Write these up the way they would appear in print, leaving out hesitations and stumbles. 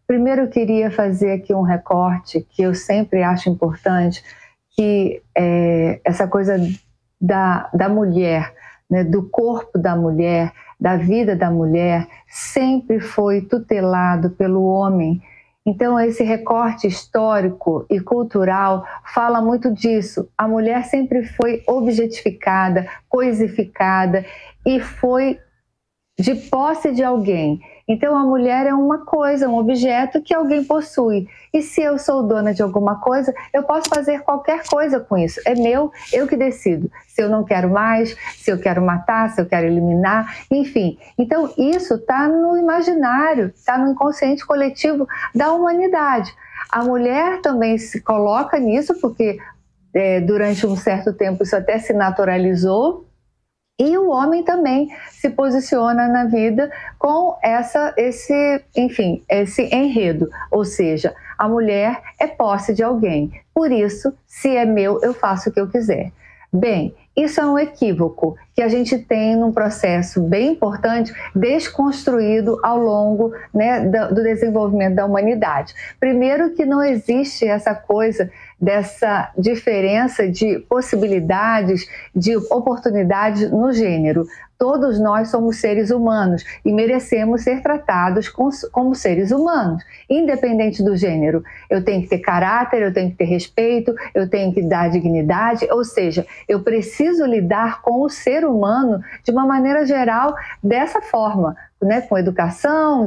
Primeiro eu queria fazer aqui um recorte que eu sempre acho importante, que essa coisa da mulher, né, do corpo da mulher, da vida da mulher, sempre foi tutelado pelo homem. Então, esse recorte histórico e cultural fala muito disso. A mulher sempre foi objetificada, coisificada e foi de posse de alguém. Então a mulher é uma coisa, um objeto que alguém possui. E se eu sou dona de alguma coisa, eu posso fazer qualquer coisa com isso. É meu, eu que decido. Se eu não quero mais, se eu quero matar, se eu quero eliminar, enfim. Então isso está no imaginário, está no inconsciente coletivo da humanidade. A mulher também se coloca nisso, porque durante um certo tempo isso até se naturalizou. E o homem também se posiciona na vida com esse enredo, ou seja, a mulher é posse de alguém. Por isso, se é meu, eu faço o que eu quiser. Bem, isso é um equívoco que a gente tem num processo bem importante, desconstruído ao longo, né, do desenvolvimento da humanidade. Primeiro que não existe essa coisa dessa diferença de possibilidades, de oportunidades no gênero. Todos nós somos seres humanos e merecemos ser tratados como seres humanos, independente do gênero. Eu tenho que ter caráter, eu tenho que ter respeito, eu tenho que dar dignidade, ou seja, eu preciso lidar com o ser humano de uma maneira geral dessa forma, né? Com educação,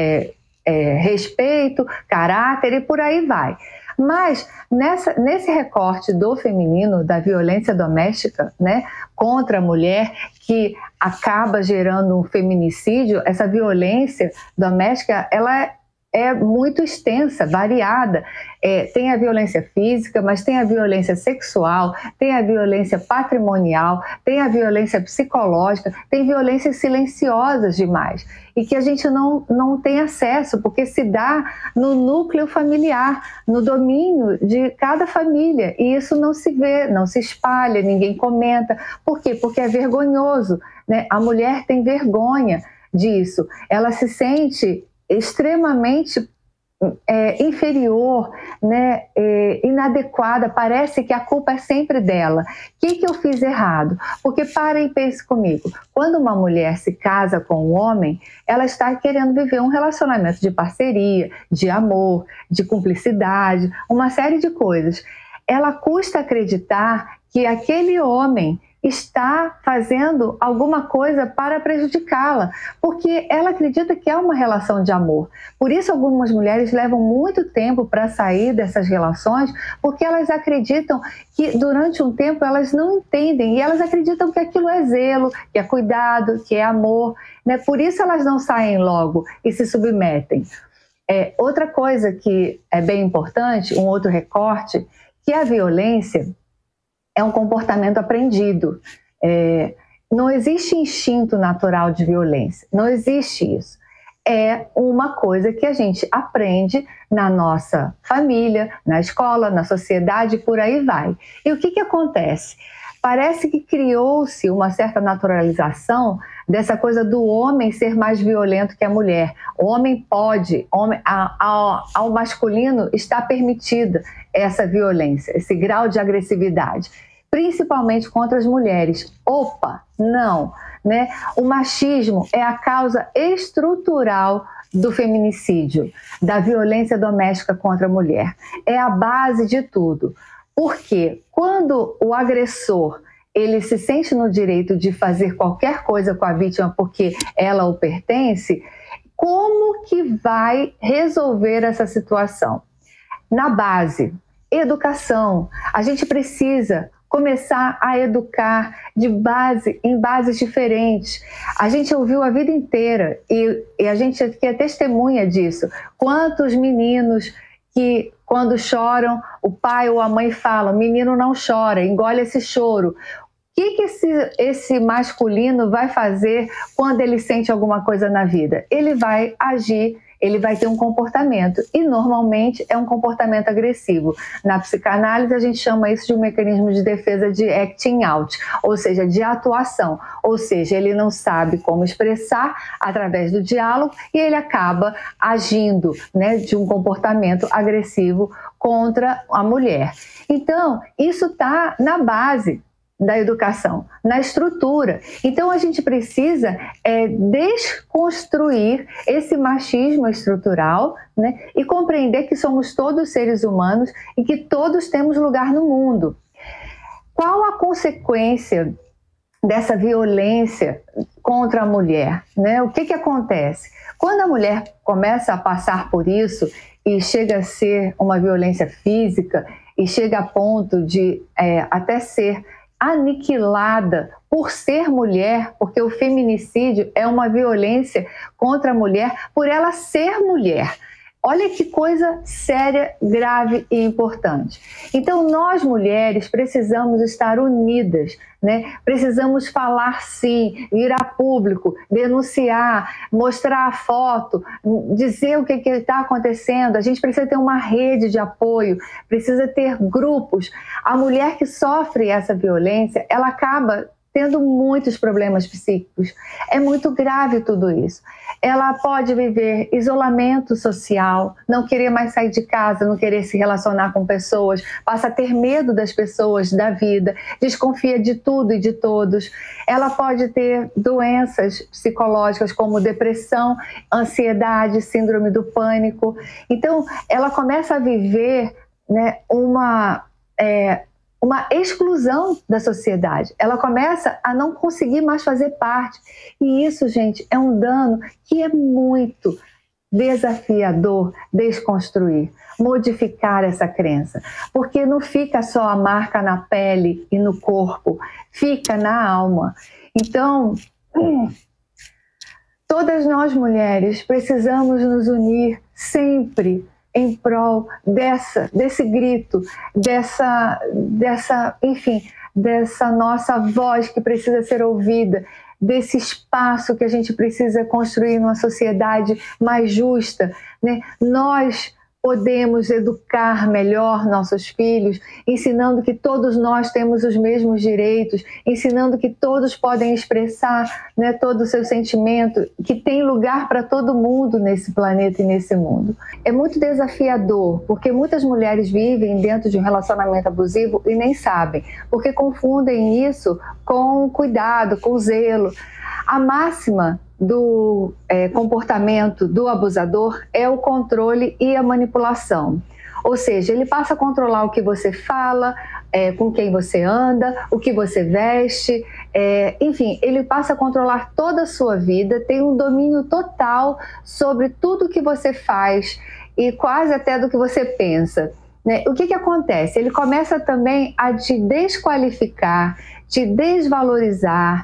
respeito, caráter e por aí vai. Mas nesse recorte do feminino, da violência doméstica, né, contra a mulher, que acaba gerando um feminicídio, essa violência doméstica, ela é muito extensa, variada. Tem a violência física, mas tem a violência sexual, tem a violência patrimonial, tem a violência psicológica, tem violências silenciosas demais e que a gente não tem acesso, porque se dá no núcleo familiar, no domínio de cada família, e isso não se vê, não se espalha, ninguém comenta. Por quê? Porque é vergonhoso, né? A mulher tem vergonha disso, ela se sente extremamente inferior, né, inadequada, parece que a culpa é sempre dela. O que eu fiz errado? Porque para e pense comigo, quando uma mulher se casa com um homem, ela está querendo viver um relacionamento de parceria, de amor, de cumplicidade, uma série de coisas. Ela custa acreditar que aquele homem está fazendo alguma coisa para prejudicá-la, porque ela acredita que é uma relação de amor. Por isso algumas mulheres levam muito tempo para sair dessas relações, porque elas acreditam que durante um tempo elas não entendem e elas acreditam que aquilo é zelo, que é cuidado, que é amor, né? Por isso elas não saem logo e se submetem. Outra coisa que é bem importante, um outro recorte, que a violência é um comportamento aprendido. Não existe instinto natural de violência, não existe isso. É uma coisa que a gente aprende na nossa família, na escola, na sociedade, por aí vai. E o que acontece? Parece que criou-se uma certa naturalização dessa coisa do homem ser mais violento que a mulher. O homem pode, ao masculino está permitida essa violência, esse grau de agressividade, principalmente contra as mulheres. Opa, não, né? O machismo é a causa estrutural do feminicídio, da violência doméstica contra a mulher. É a base de tudo. Porque quando o agressor ele se sente no direito de fazer qualquer coisa com a vítima porque ela o pertence, como que vai resolver essa situação? Na base, educação. A gente precisa começar a educar em bases diferentes. A gente ouviu a vida inteira e a gente aqui é testemunha disso. Quantos meninos que quando choram, o pai ou a mãe falam: menino não chora, engole esse choro. O que esse masculino vai fazer quando ele sente alguma coisa na vida? Ele vai agir ele vai ter um comportamento, e normalmente é um comportamento agressivo. Na psicanálise a gente chama isso de um mecanismo de defesa de acting out, ou seja, de atuação, ou seja, ele não sabe como expressar através do diálogo e ele acaba agindo, né, de um comportamento agressivo contra a mulher. Então, isso está na base da educação, na estrutura. Então a gente precisa desconstruir esse machismo estrutural, né, e compreender que somos todos seres humanos e que todos temos lugar no mundo. Qual a consequência dessa violência contra a mulher, né? O que acontece? Quando a mulher começa a passar por isso e chega a ser uma violência física e chega a ponto de até ser aniquilada por ser mulher, porque o feminicídio é uma violência contra a mulher por ela ser mulher. Olha que coisa séria, grave e importante. Então, nós mulheres precisamos estar unidas, né? Precisamos falar sim, ir a público, denunciar, mostrar a foto, dizer o que está acontecendo. A gente precisa ter uma rede de apoio, precisa ter grupos. A mulher que sofre essa violência, ela acaba tendo muitos problemas psíquicos. É muito grave tudo isso. Ela pode viver isolamento social, não querer mais sair de casa, não querer se relacionar com pessoas, passa a ter medo das pessoas, da vida, desconfia de tudo e de todos. Ela pode ter doenças psicológicas como depressão, ansiedade, síndrome do pânico. Então, ela começa a viver, né, uma exclusão da sociedade. Ela começa a não conseguir mais fazer parte. E isso, gente, é um dano que é muito desafiador desconstruir, modificar essa crença. Porque não fica só a marca na pele e no corpo, fica na alma. Então, todas nós mulheres precisamos nos unir sempre em prol desse grito, enfim, dessa nossa voz que precisa ser ouvida, desse espaço que a gente precisa construir numa sociedade mais justa, né? Nós podemos educar melhor nossos filhos, ensinando que todos nós temos os mesmos direitos, ensinando que todos podem expressar, né, todo o seu sentimento, que tem lugar para todo mundo nesse planeta e nesse mundo. É muito desafiador, porque muitas mulheres vivem dentro de um relacionamento abusivo e nem sabem, porque confundem isso com cuidado, com zelo. A máxima do comportamento do abusador é o controle e a manipulação. Ou seja, ele passa a controlar o que você fala, com quem você anda, o que você veste, enfim, ele passa a controlar toda a sua vida, tem um domínio total sobre tudo que você faz e quase até do que você pensa. Né? O que acontece? Ele começa também a te desqualificar, te desvalorizar,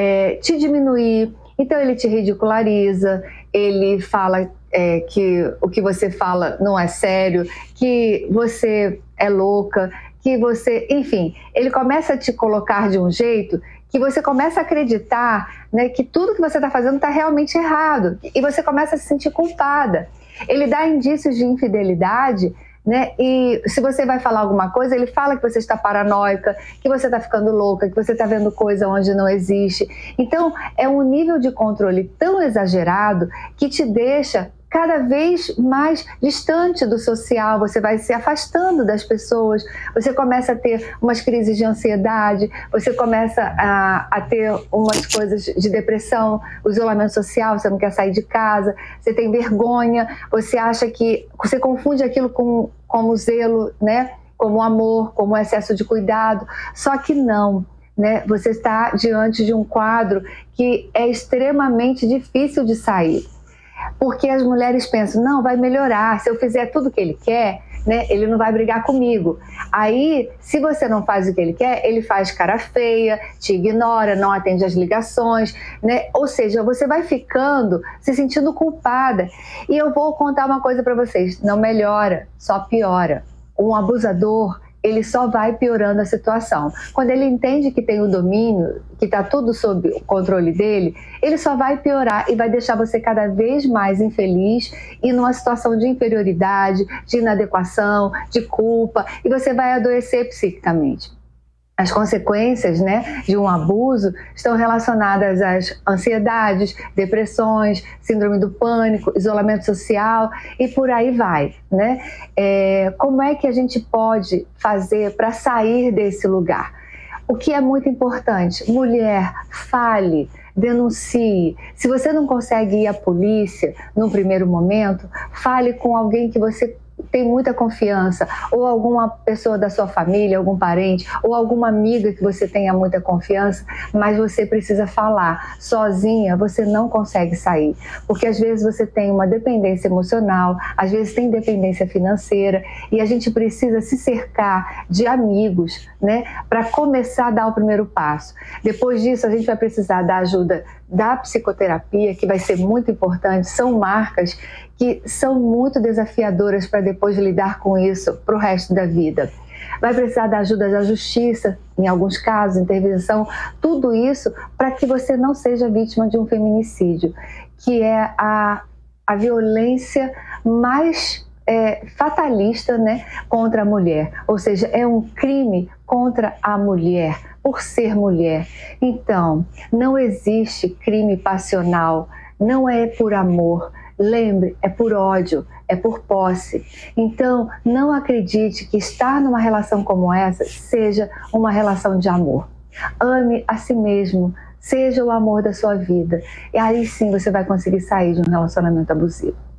te diminuir. Então ele te ridiculariza, ele fala que o que você fala não é sério, que você é louca, que você... Enfim, ele começa a te colocar de um jeito que você começa a acreditar, né, que tudo que você está fazendo está realmente errado. E você começa a se sentir culpada. Ele dá indícios de infidelidade, né? E se você vai falar alguma coisa, ele fala que você está paranoica, que você está ficando louca, que você está vendo coisa onde não existe. Então, é um nível de controle tão exagerado que te deixa cada vez mais distante do social, você vai se afastando das pessoas, você começa a ter umas crises de ansiedade, você começa a ter umas coisas de depressão, o isolamento social, você não quer sair de casa, você tem vergonha, você acha que... Você confunde aquilo como zelo, né? Como amor, como excesso de cuidado, só que não. Né? Você está diante de um quadro que é extremamente difícil de sair. Porque as mulheres pensam, não, vai melhorar, se eu fizer tudo o que ele quer, né, ele não vai brigar comigo. Aí, se você não faz o que ele quer, ele faz cara feia, te ignora, não atende as ligações, né? Ou seja, você vai ficando se sentindo culpada. E eu vou contar uma coisa para vocês, não melhora, só piora. Um abusador, ele só vai piorando a situação. Quando ele entende que tem o domínio, que está tudo sob o controle dele, ele só vai piorar e vai deixar você cada vez mais infeliz e numa situação de inferioridade, de inadequação, de culpa, e você vai adoecer psiquicamente. As consequências, né, de um abuso estão relacionadas às ansiedades, depressões, síndrome do pânico, isolamento social e por aí vai, né? Como é que a gente pode fazer para sair desse lugar? O que é muito importante, mulher, fale, denuncie. Se você não consegue ir à polícia num primeiro momento, fale com alguém que você tem muita confiança, ou alguma pessoa da sua família, algum parente, ou alguma amiga que você tenha muita confiança, mas você precisa falar. Sozinha você não consegue sair, porque às vezes você tem uma dependência emocional, às vezes tem dependência financeira, e a gente precisa se cercar de amigos, né, para começar a dar o primeiro passo. Depois disso, a gente vai precisar da ajuda da psicoterapia, que vai ser muito importante. São marcas que são muito desafiadoras para depois lidar com isso para o resto da vida. Vai precisar da ajuda da justiça, em alguns casos, intervenção, tudo isso para que você não seja vítima de um feminicídio, que é a violência mais fatalista, né, contra a mulher, ou seja, é um crime contra a mulher, por ser mulher. Então, não existe crime passional, não é por amor, lembre, é por ódio, é por posse. Então, não acredite que estar numa relação como essa seja uma relação de amor. Ame a si mesmo, seja o amor da sua vida, e aí sim você vai conseguir sair de um relacionamento abusivo.